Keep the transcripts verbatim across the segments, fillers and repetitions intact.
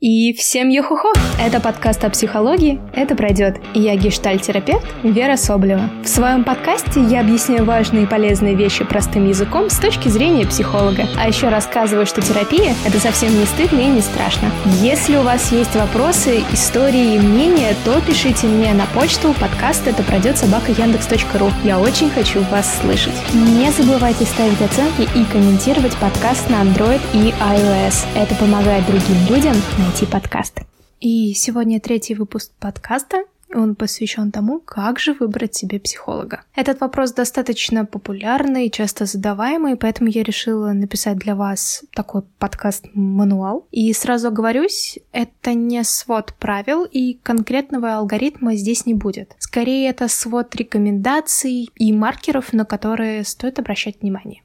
И всем йо-хо-хо! Это подкаст о психологии «Это пройдет». И я гештальт-терапевт Вера Соболева. В своем подкасте я объясняю важные и полезные вещи простым языком с точки зрения психолога. А еще рассказываю, что терапия – это совсем не стыдно и не страшно. Если у вас есть вопросы, истории и мнения, то пишите мне на почту подкаст «Это пройдет» собака яндекс точка ру. Я очень хочу вас слышать. Не забывайте ставить оценки и комментировать подкаст на Android и iOS. Это помогает другим людям найти подкаст. И сегодня третий выпуск подкаста. Он посвящен тому, как же выбрать себе психолога. Этот вопрос достаточно популярный, часто задаваемый, поэтому я решила написать для вас такой подкаст-мануал. И сразу оговорюсь, это не свод правил, и конкретного алгоритма здесь не будет. Скорее, это свод рекомендаций и маркеров, на которые стоит обращать внимание.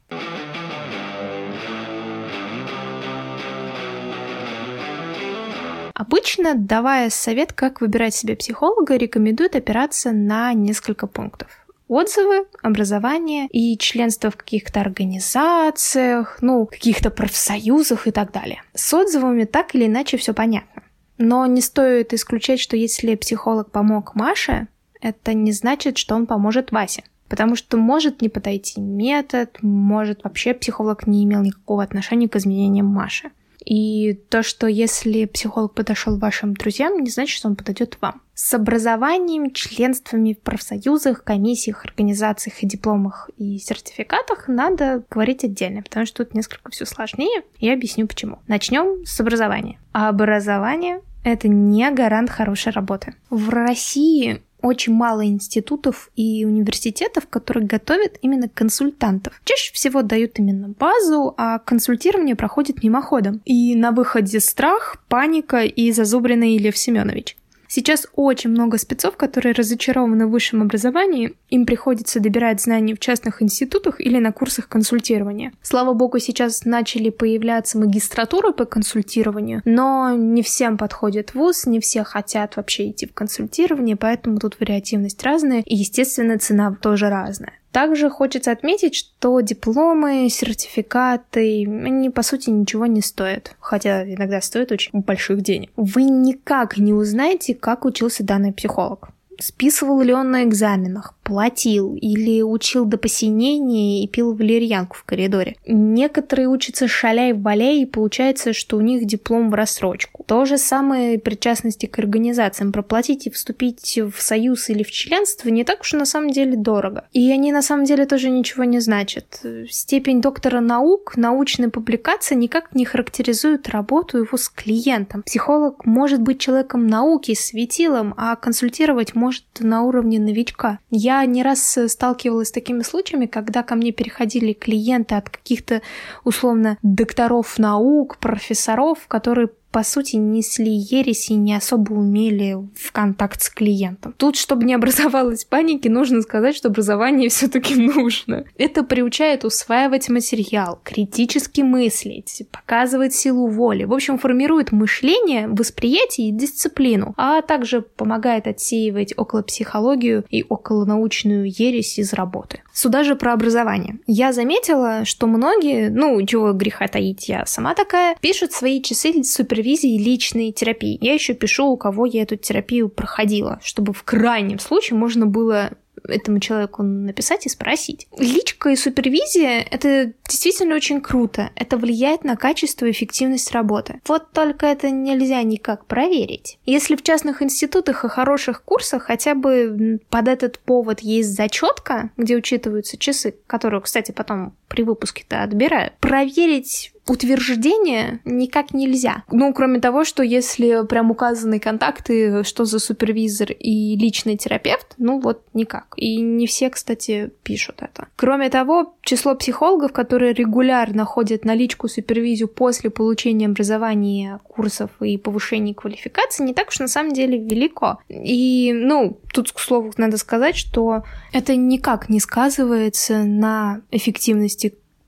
Обычно, давая совет, как выбирать себе психолога, рекомендуют опираться на несколько пунктов. Отзывы, образование и членство в каких-то организациях, ну, каких-то профсоюзах и так далее. С отзывами так или иначе все понятно. Но не стоит исключать, что если психолог помог Маше, это не значит, что он поможет Васе. Потому что может не подойти метод, может вообще психолог не имел никакого отношения к изменениям Маши. И то, что если психолог подошел вашим друзьям, не значит, что он подойдет вам. С образованием, членствами в профсоюзах, комиссиях, организациях и дипломах и сертификатах надо говорить отдельно, потому что тут несколько все сложнее. Я объясню почему. Начнем с образования. А образование — это не гарант хорошей работы. В России очень мало институтов и университетов, которые готовят именно консультантов. Чаще всего дают именно базу, а консультирование проходит мимоходом. И на выходе страх, паника и зазубренный Лев Семенович. Сейчас очень много спецов, которые разочарованы в высшем образовании, им приходится добирать знания в частных институтах или на курсах консультирования. Слава богу, сейчас начали появляться магистратуры по консультированию, но не всем подходит вуз, не все хотят вообще идти в консультирование, поэтому тут вариативность разная, и, естественно, цена тоже разная. Также хочется отметить, что дипломы, сертификаты, они, по сути, ничего не стоят, хотя иногда стоят очень больших денег. Вы никак не узнаете, как учился данный психолог. Списывал ли он на экзаменах, платил или учил до посинения и пил валерьянку в коридоре. Некоторые учатся шаляй-валяй, и получается, что у них диплом в рассрочку. То же самое при частности к организациям. Проплатить и вступить в союз или в членство не так уж на самом деле дорого. И они на самом деле тоже ничего не значат. Степень доктора наук, научная публикация никак не характеризует работу его с клиентом. Психолог может быть человеком науки, светилом, а консультировать может может на уровне новичка. Я не раз сталкивалась с такими случаями, когда ко мне переходили клиенты от каких-то условно докторов наук, профессоров, которые по сути, несли ересь и не особо умели в контакт с клиентом. Тут, чтобы не образовалось паники, нужно сказать, что образование все-таки нужно. Это приучает усваивать материал, критически мыслить, показывать силу воли. В общем, формирует мышление, восприятие и дисциплину, а также помогает отсеивать околопсихологию и околонаучную ересь из работы. Сюда же про образование. Я заметила, что многие, ну, чего греха таить, я сама такая, пишут свои часы супервизии личной терапии. Я еще пишу, у кого я эту терапию проходила, чтобы в крайнем случае можно было этому человеку написать и спросить. Личка и супервизия — это действительно очень круто. Это влияет на качество и эффективность работы. Вот только это нельзя никак проверить. Если в частных институтах и хороших курсах хотя бы под этот повод есть зачетка, где учитываются часы, которые, кстати, потом при выпуске-то отбирают, проверить утверждение никак нельзя. Ну, кроме того, что если прям указаны контакты, что за супервизор и личный терапевт, ну вот никак. И не все, кстати, пишут это. Кроме того, число психологов, которые регулярно ходят на личку супервизию после получения образования, курсов и повышения квалификации, не так уж на самом деле велико. И, ну, тут, к слову, надо сказать, что это никак не сказывается на эффективности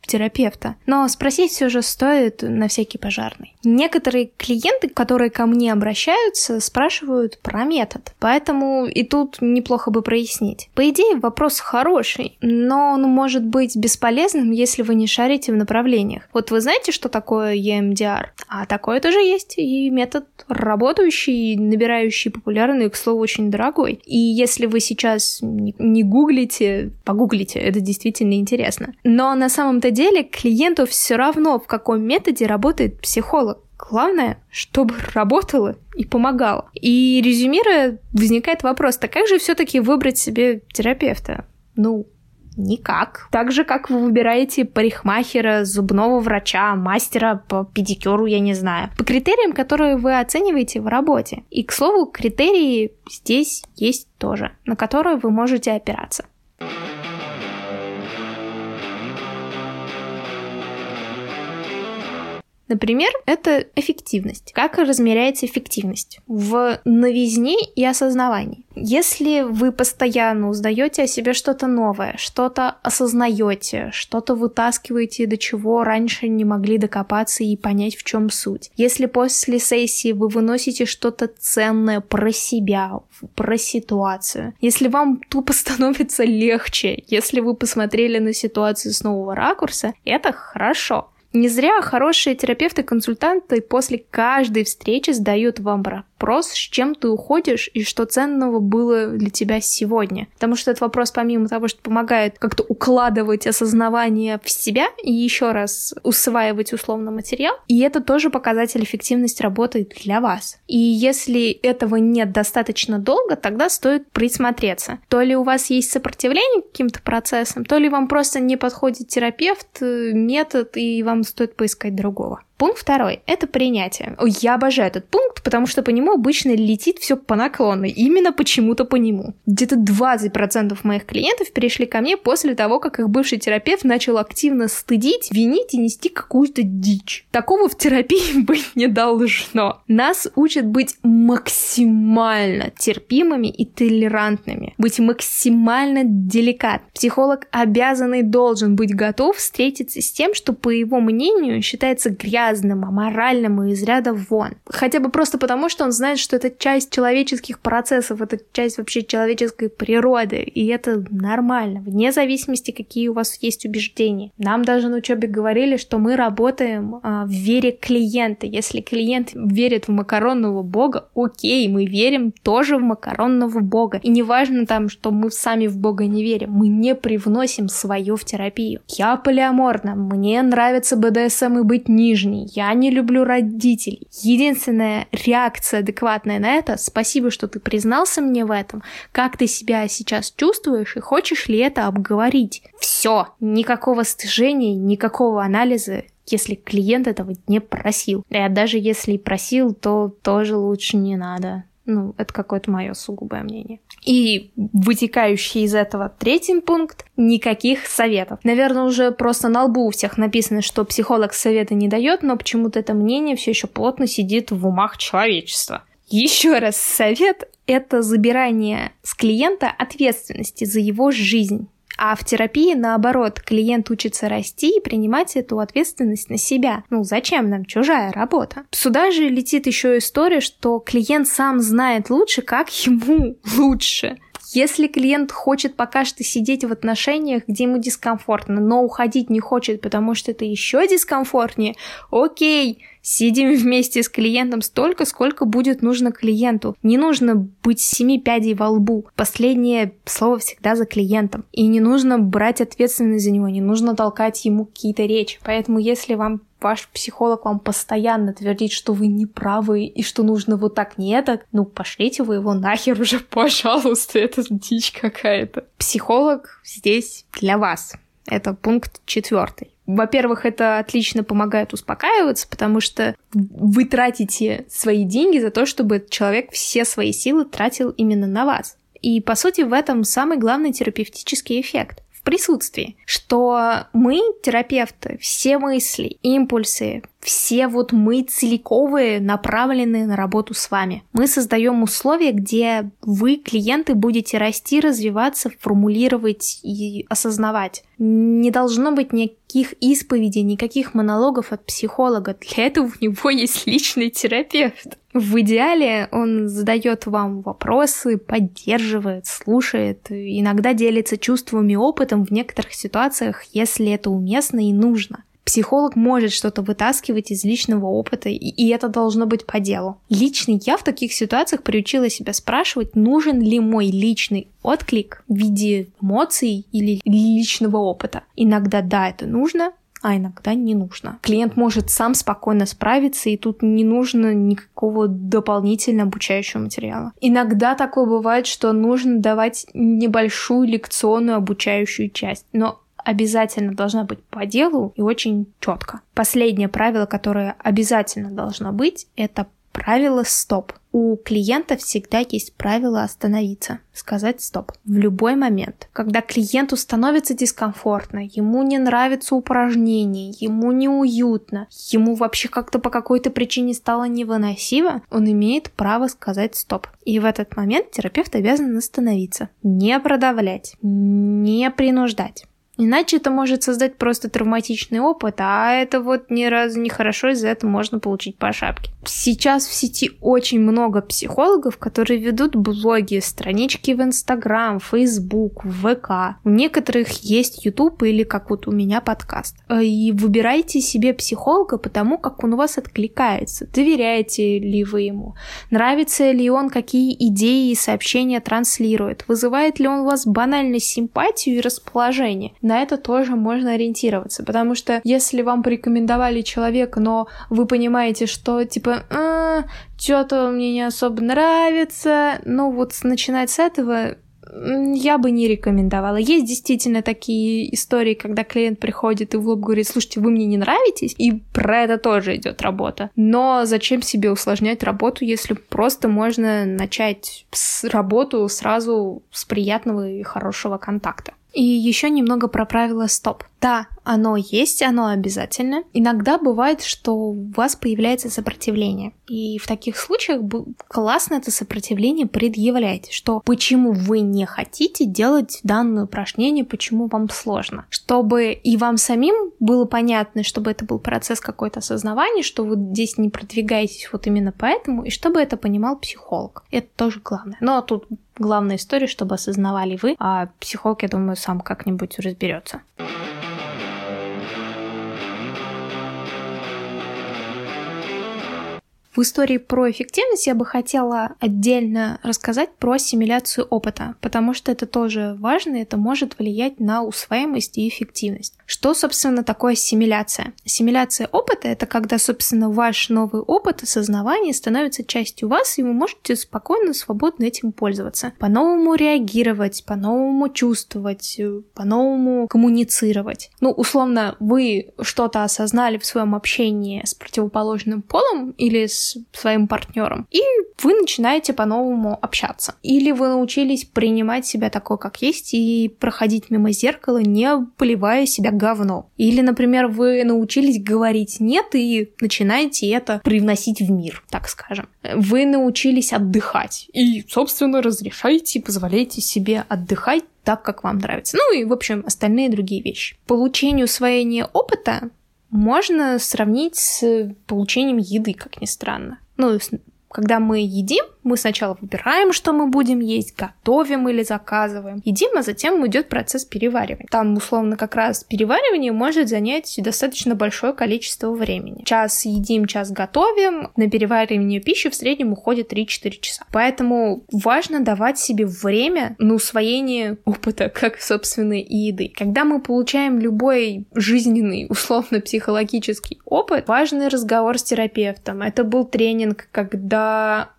терапевта. Но спросить все же стоит на всякий пожарный. Некоторые клиенты, которые ко мне обращаются, спрашивают про метод. Поэтому и тут неплохо бы прояснить. По идее, вопрос хороший, но он может быть бесполезным, если вы не шарите в направлениях. Вот вы знаете, что такое и эм ди ар? А такое тоже есть, и метод работающий, набирающий популярный, и, к слову, очень дорогой. И если вы сейчас не гуглите, погуглите, это действительно интересно. Но на самом-то деле клиенту все равно, в каком методе работает психолог. Главное, чтобы работало и помогало. И резюмируя, возникает вопрос, так как же все-таки выбрать себе терапевта? Ну, никак. Так же, как вы выбираете парикмахера, зубного врача, мастера по педикюру, я не знаю. По критериям, которые вы оцениваете в работе. И, к слову, критерии здесь есть тоже, на которые вы можете опираться. Например, это эффективность. Как размеряется эффективность? В новизне и осознавании. Если вы постоянно узнаете о себе что-то новое, что-то осознаете, что-то вытаскиваете, до чего раньше не могли докопаться и понять, в чем суть. Если после сессии вы выносите что-то ценное про себя, про ситуацию. Если вам тупо становится легче, если вы посмотрели на ситуацию с нового ракурса, это хорошо. Не зря хорошие терапевты-консультанты после каждой встречи задают вам вопрос, с чем ты уходишь и что ценного было для тебя сегодня. Потому что этот вопрос, помимо того, что помогает как-то укладывать осознавание в себя и еще раз усваивать условно материал, и это тоже показатель эффективности работы для вас. И если этого нет достаточно долго, тогда стоит присмотреться. То ли у вас есть сопротивление к каким-то процессам, то ли вам просто не подходит терапевт, метод, и вам стоит поискать другого. Пункт второй – это принятие. Ой, я обожаю этот пункт, потому что по нему обычно летит все по наклонной. Именно почему-то по нему. Где-то двадцать процентов моих клиентов перешли ко мне после того, как их бывший терапевт начал активно стыдить, винить и нести какую-то дичь. Такого в терапии быть не должно. Нас учат быть максимально терпимыми и толерантными. Быть максимально деликатным. Психолог обязан и должен быть готов встретиться с тем, что, по его мнению, считается грязным, аморальным и из ряда вон. Хотя бы просто потому, что он знает, что это часть человеческих процессов, это часть вообще человеческой природы, и это нормально, вне зависимости, какие у вас есть убеждения. Нам даже на учебе говорили, что мы работаем а, в вере клиента. Если клиент верит в макаронного бога, окей, мы верим тоже в макаронного бога. И неважно там, что мы сами в бога не верим, мы не привносим свое в терапию. Я полиаморна, мне нравится бэ дэ эс эм и быть нижней. Я не люблю родителей. Единственная реакция адекватная на это — спасибо, что ты признался мне в этом. Как ты себя сейчас чувствуешь и хочешь ли это обговорить? Все. Никакого стыжения, никакого анализа, если клиент этого не просил. А даже если и просил, то тоже лучше не надо. Ну, это какое-то мое сугубое мнение. И вытекающий из этого третий пункт – никаких советов. Наверное, уже просто на лбу у всех написано, что психолог совета не дает, но почему-то это мнение все еще плотно сидит в умах человечества. Еще раз, совет – это забирание с клиента ответственности за его жизнь. А в терапии, наоборот, клиент учится расти и принимать эту ответственность на себя. Ну, зачем нам чужая работа? Сюда же летит еще история, что клиент сам знает лучше, как ему лучше. Если клиент хочет пока что сидеть в отношениях, где ему дискомфортно, но уходить не хочет, потому что это еще дискомфортнее, окей, сидим вместе с клиентом столько, сколько будет нужно клиенту. Не нужно быть семи пядей во лбу. Последнее слово всегда за клиентом. И не нужно брать ответственность за него, не нужно толкать ему какие-то речи. Поэтому если вам ваш психолог вам постоянно твердит, что вы не правы и что нужно вот так, не это, ну, пошлите вы его нахер уже, пожалуйста, это дичь какая-то. Психолог здесь для вас. Это пункт четвертый. Во-первых, это отлично помогает успокаиваться, потому что вы тратите свои деньги за то, чтобы этот человек все свои силы тратил именно на вас. И, по сути, в этом самый главный терапевтический эффект. В присутствии, что мы, терапевты, все мысли, импульсы, все вот мы целиковые направлены на работу с вами. Мы создаем условия, где вы, клиенты, будете расти, развиваться, формулировать и осознавать. Не должно быть никаких исповедей, никаких монологов от психолога. Для этого у него есть личный терапевт. В идеале он задает вам вопросы, поддерживает, слушает, иногда делится чувствами и опытом в некоторых ситуациях, если это уместно и нужно. Психолог может что-то вытаскивать из личного опыта, и, и это должно быть по делу. Лично я в таких ситуациях приучила себя спрашивать, нужен ли мой личный отклик в виде эмоций или личного опыта. Иногда да, это нужно, а иногда не нужно. Клиент может сам спокойно справиться, и тут не нужно никакого дополнительного обучающего материала. Иногда такое бывает, что нужно давать небольшую лекционную обучающую часть, но обязательно должна быть по делу и очень четко. Последнее правило, которое обязательно должно быть, это правило стоп. У клиента всегда есть правило остановиться, сказать стоп в любой момент. Когда клиенту становится дискомфортно, ему не нравится упражнение, ему неуютно, ему вообще как-то по какой-то причине стало невыносимо, он имеет право сказать стоп. И в этот момент терапевт обязан остановиться, не продавлять, не принуждать. Иначе это может создать просто травматичный опыт, а это вот ни разу не хорошо, из-за этого можно получить по шапке. Сейчас в сети очень много психологов, которые ведут блоги, странички в Инстаграм, Фейсбук, в ВК. У некоторых есть Ютуб или как вот у меня подкаст. И выбирайте себе психолога по тому, как он у вас откликается. Доверяете ли вы ему? Нравится ли он, какие идеи и сообщения транслирует? Вызывает ли он у вас банально симпатию и расположение? На это тоже можно ориентироваться, потому что если вам порекомендовали человека, но вы понимаете, что типа а, что-то мне не особо нравится, ну вот начинать с этого я бы не рекомендовала. Есть действительно такие истории, когда клиент приходит и в лоб говорит: слушайте, вы мне не нравитесь, и про это тоже идет работа. Но зачем себе усложнять работу, если просто можно начать с работу сразу с приятного и хорошего контакта? И еще немного про правило стоп. Да, оно есть, оно обязательно. Иногда бывает, что у вас появляется сопротивление. И в таких случаях классно это сопротивление предъявлять, что почему вы не хотите делать данное упражнение, почему вам сложно. Чтобы и вам самим было понятно, чтобы это был процесс какой-то осознавания, что вы здесь не продвигаетесь вот именно поэтому, и чтобы это понимал психолог. Это тоже главное. Но тут главная история, чтобы осознавали вы, а психолог, я думаю, сам как-нибудь разберется. В истории про эффективность я бы хотела отдельно рассказать про ассимиляцию опыта, потому что это тоже важно, и это может влиять на усвояемость и эффективность. Что, собственно, такое ассимиляция? Ассимиляция опыта — это когда, собственно, ваш новый опыт осознавания становится частью вас, и вы можете спокойно, свободно этим пользоваться. По-новому реагировать, по-новому чувствовать, по-новому коммуницировать. Ну, условно, вы что-то осознали в своем общении с противоположным полом или с своим партнером, и вы начинаете по-новому общаться. Или вы научились принимать себя такой, как есть, и проходить мимо зеркала, не поливая себя говном. Или, например, вы научились говорить «нет» и начинаете это привносить в мир, так скажем. Вы научились отдыхать и, собственно, разрешаете и позволяете себе отдыхать так, как вам нравится. Ну и, в общем, остальные другие вещи. Получение усвоения опыта можно сравнить с получением еды, как ни странно. Ну, когда мы едим, мы сначала выбираем, что мы будем есть, готовим или заказываем. Едим, а затем идет процесс переваривания. Там, условно, как раз переваривание может занять достаточно большое количество времени. Час едим, час готовим. На переваривание пищи в среднем уходит три-четыре часа. Поэтому важно давать себе время на усвоение опыта, как, собственно, и еды. Когда мы получаем любой жизненный, условно-психологический опыт, важный разговор с терапевтом. Это был тренинг, когда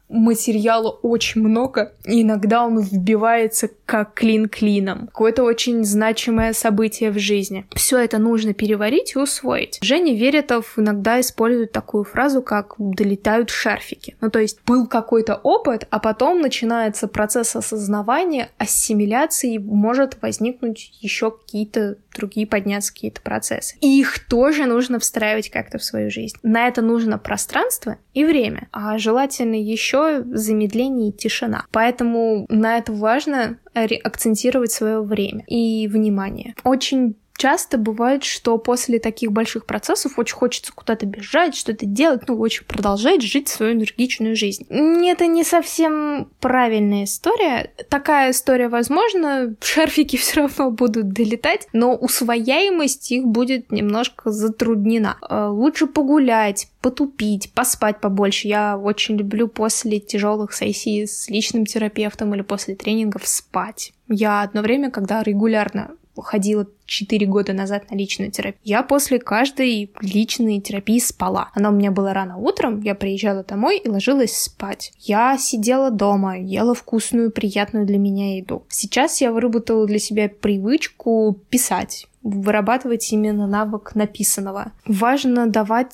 материала очень много, и иногда он вбивается как клин клином. Какое-то очень значимое событие в жизни. Все это нужно переварить и усвоить. Женя Веретов иногда использует такую фразу, как «долетают шарфики». Ну, то есть был какой-то опыт, а потом начинается процесс осознавания, ассимиляции, может возникнуть еще какие-то другие, подняться какие-то процессы. И их тоже нужно встраивать как-то в свою жизнь. На это нужно пространство и время, а желательно еще замедление и тишина. Поэтому на это важно акцентировать свое время и внимание. Очень часто бывает, что после таких больших процессов очень хочется куда-то бежать, что-то делать, ну, очень продолжать жить свою энергичную жизнь. Это не совсем правильная история. Такая история возможна, шарфики все равно будут долетать, но усвояемость их будет немножко затруднена. Лучше погулять, потупить, поспать побольше. Я очень люблю после тяжелых сессий с личным терапевтом или после тренингов спать. Я одно время, когда регулярно ходила четыре года назад на личную терапию, я после каждой личной терапии спала. Она у меня была рано утром, я приезжала домой и ложилась спать. Я сидела дома, ела вкусную, приятную для меня еду. Сейчас я выработала для себя привычку писать, вырабатывать именно навык написанного. Важно давать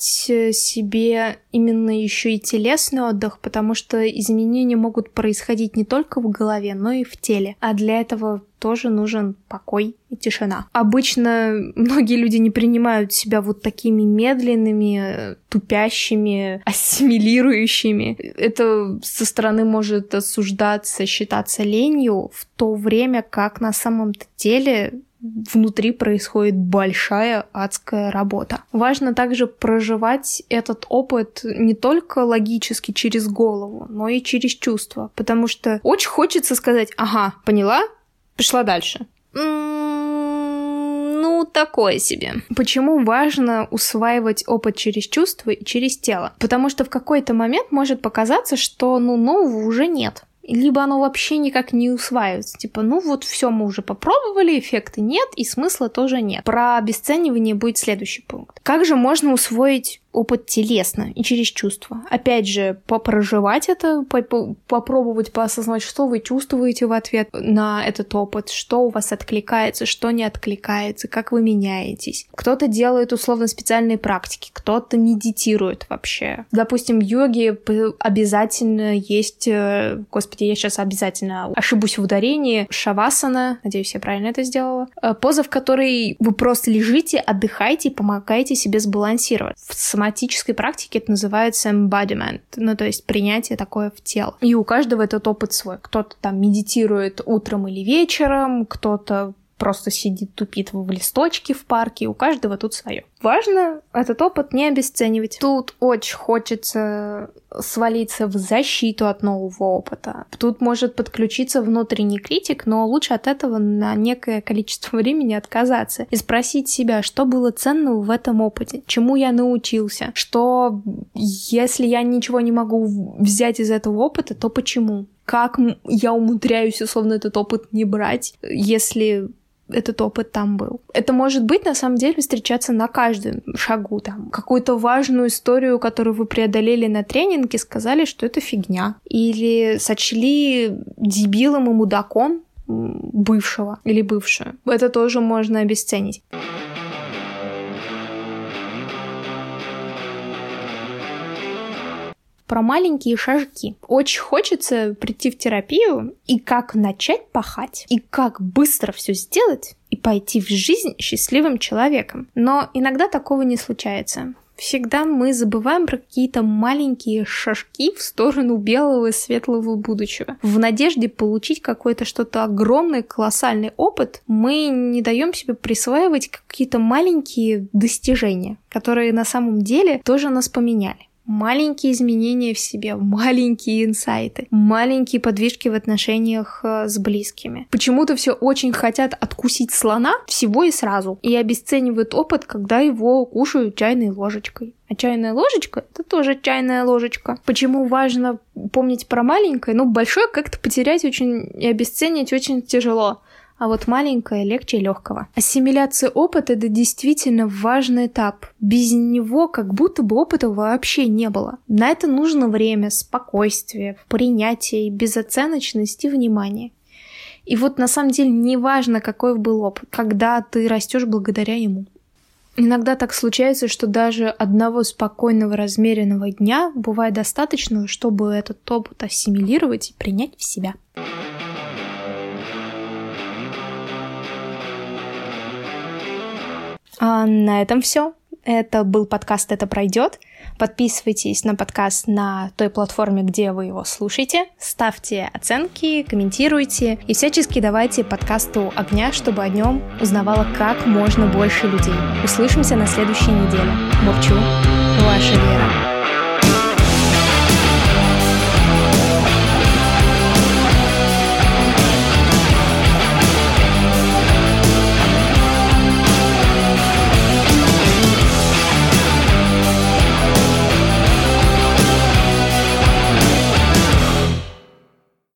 себе именно еще и телесный отдых, потому что изменения могут происходить не только в голове, но и в теле. А для этого тоже нужен покой и тишина. Обычно многие люди не принимают себя вот такими медленными, тупящими, ассимилирующими. Это со стороны может осуждаться, считаться ленью, в то время как на самом-то деле внутри происходит большая адская работа. Важно также проживать этот опыт не только логически через голову, но и через чувства, потому что очень хочется сказать: ага, поняла, пошла дальше. Ну, такое себе. Почему важно усваивать опыт через чувства и через тело? Потому что в какой-то момент может показаться, что ну нового уже нет. Либо оно вообще никак не усваивается. Типа, ну вот все мы уже попробовали, эффекта нет, и смысла тоже нет. Про обесценивание будет следующий пункт. Как же можно усвоить опыт телесно и через чувства? Опять же, попроживать это, попробовать поосознать, что вы чувствуете в ответ на этот опыт, что у вас откликается, что не откликается, как вы меняетесь. Кто-то делает условно специальные практики, кто-то медитирует вообще. Допустим, в йоге обязательно есть, господи, я сейчас обязательно ошибусь в ударении, шавасана, надеюсь, я правильно это сделала, поза, в которой вы просто лежите, отдыхаете и помогаете себе сбалансировать. В соматической практике это называется embodiment, ну то есть принятие такое в тело. И у каждого этот опыт свой. Кто-то там медитирует утром или вечером, кто-то просто сидит, тупит в листочке в парке, у каждого тут свое. Важно этот опыт не обесценивать. Тут очень хочется свалиться в защиту от нового опыта. Тут может подключиться внутренний критик, но лучше от этого на некое количество времени отказаться и спросить себя, что было ценного в этом опыте, чему я научился, что если я ничего не могу взять из этого опыта, то почему? Как я умудряюсь, условно, этот опыт не брать, если этот опыт там был. Это может быть, на самом деле, встречаться на каждом шагу. Там, какую-то важную историю, которую вы преодолели на тренинге, сказали, что это фигня. Или сочли дебилом и мудаком бывшего или бывшую. Это тоже можно обесценить. Про маленькие шажки. Очень хочется прийти в терапию и как начать пахать, и как быстро все сделать, и пойти в жизнь счастливым человеком. Но иногда такого не случается. Всегда мы забываем про какие-то маленькие шажки в сторону белого и светлого будущего. В надежде получить какой-то что-то огромный, колоссальный опыт, мы не даем себе присваивать какие-то маленькие достижения, которые на самом деле тоже нас поменяли. Маленькие изменения в себе, маленькие инсайты, маленькие подвижки в отношениях с близкими. Почему-то все очень хотят откусить слона всего и сразу, и обесценивают опыт, когда его кушают чайной ложечкой. А чайная ложечка — это тоже чайная ложечка. Почему важно помнить про маленькое? Ну, большое как-то потерять очень и обесценить очень тяжело. а вот маленькое легче легкого. Ассимиляция опыта — это действительно важный этап. Без него как будто бы опыта вообще не было. На это нужно время, спокойствие, принятие, безоценочность и внимание. И вот на самом деле не важно, какой был опыт, когда ты растешь благодаря ему. Иногда так случается, что даже одного спокойного, размеренного дня бывает достаточно, чтобы этот опыт ассимилировать и принять в себя. А на этом все. Это был подкаст «Это пройдет». Подписывайтесь на подкаст на той платформе, где вы его слушаете. Ставьте оценки, комментируйте и всячески давайте подкасту огня, чтобы о нем узнавало как можно больше людей. Услышимся на следующей неделе. Бурчу. Ваша Вера.